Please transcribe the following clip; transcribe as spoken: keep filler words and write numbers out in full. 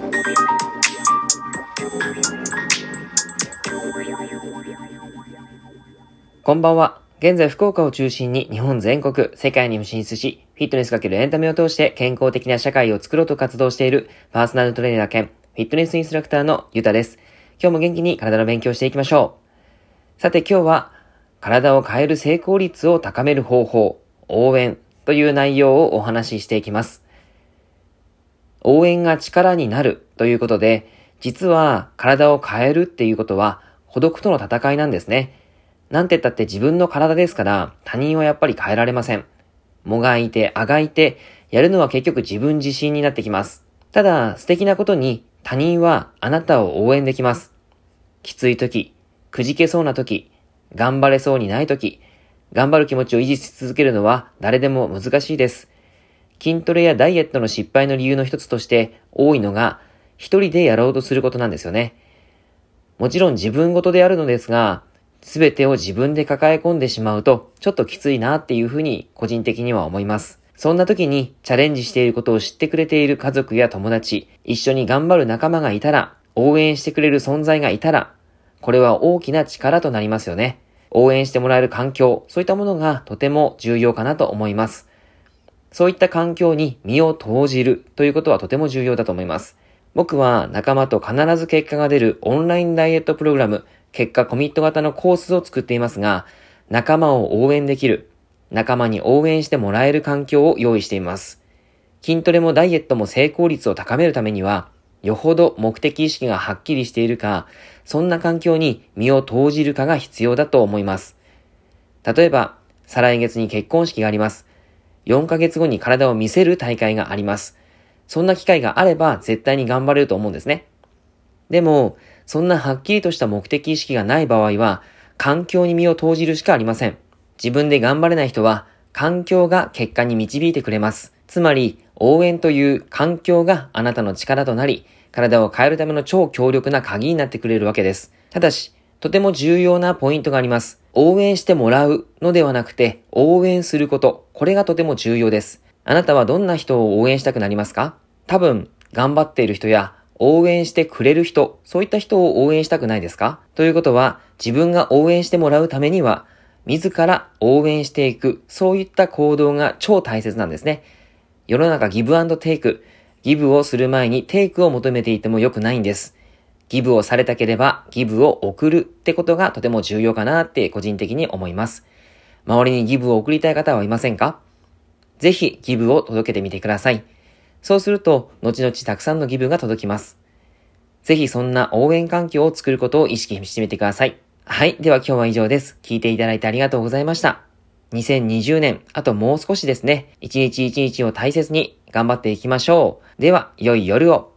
こんばんは。現在福岡を中心に日本全国、世界にも進出し、フィットネス×エンタメを通して健康的な社会を作ろうと活動しているパーソナルトレーナー兼フィットネスインストラクターのゆたです。今日も元気に体の勉強していきましょう。さて今日は、体を変える成功率を高める方法、応援という内容をお話ししていきます。応援が力になるということで、実は体を変えるっていうことは孤独との戦いなんですね。なんて言ったって自分の体ですから他人はやっぱり変えられません。もがいてあがいてやるのは結局自分自身になってきます。ただ素敵なことに他人はあなたを応援できます。きつい時、くじけそうな時、頑張れそうにない時、頑張る気持ちを維持し続けるのは誰でも難しいです。筋トレやダイエットの失敗の理由の一つとして多いのが一人でやろうとすることなんですよね。もちろん自分ごとであるのですが、すべてを自分で抱え込んでしまうとちょっときついなっていうふうに個人的には思います。そんな時にチャレンジしていることを知ってくれている家族や友達、一緒に頑張る仲間がいたら、応援してくれる存在がいたら、これは大きな力となりますよね。応援してもらえる環境、そういったものがとても重要かなと思います。そういった環境に身を投じるということはとても重要だと思います。僕は仲間と必ず結果が出るオンラインダイエットプログラム、結果コミット型のコースを作っていますが、仲間を応援できる、仲間に応援してもらえる環境を用意しています。筋トレもダイエットも成功率を高めるためには、よほど目的意識がはっきりしているか、そんな環境に身を投じるかが必要だと思います。例えば、再来月に結婚式があります。よんかげつごに体を見せる大会があります。そんな機会があれば絶対に頑張れると思うんですね。でも、そんなはっきりとした目的意識がない場合は、環境に身を投じるしかありません。自分で頑張れない人は、環境が結果に導いてくれます。つまり、応援という環境があなたの力となり、体を変えるための超強力な鍵になってくれるわけです。ただし、とても重要なポイントがあります。応援してもらうのではなくて、応援すること。これがとても重要です。あなたはどんな人を応援したくなりますか？多分、頑張っている人や、応援してくれる人、そういった人を応援したくないですか？ということは、自分が応援してもらうためには、自ら応援していく、そういった行動が超大切なんですね。世の中ギブアンドテイク、ギブをする前にテイクを求めていても良くないんです。ギブをされたければ、ギブを送るってことがとても重要かなって個人的に思います。周りにギブを送りたい方はいませんか？ぜひギブを届けてみてください。そうすると、後々たくさんのギブが届きます。ぜひそんな応援環境を作ることを意識してみてください。はい。では今日は以上です。聞いていただいてありがとうございました。にせんにじゅうねん、あともう少しですね。一日一日を大切に頑張っていきましょう。では、良い夜を。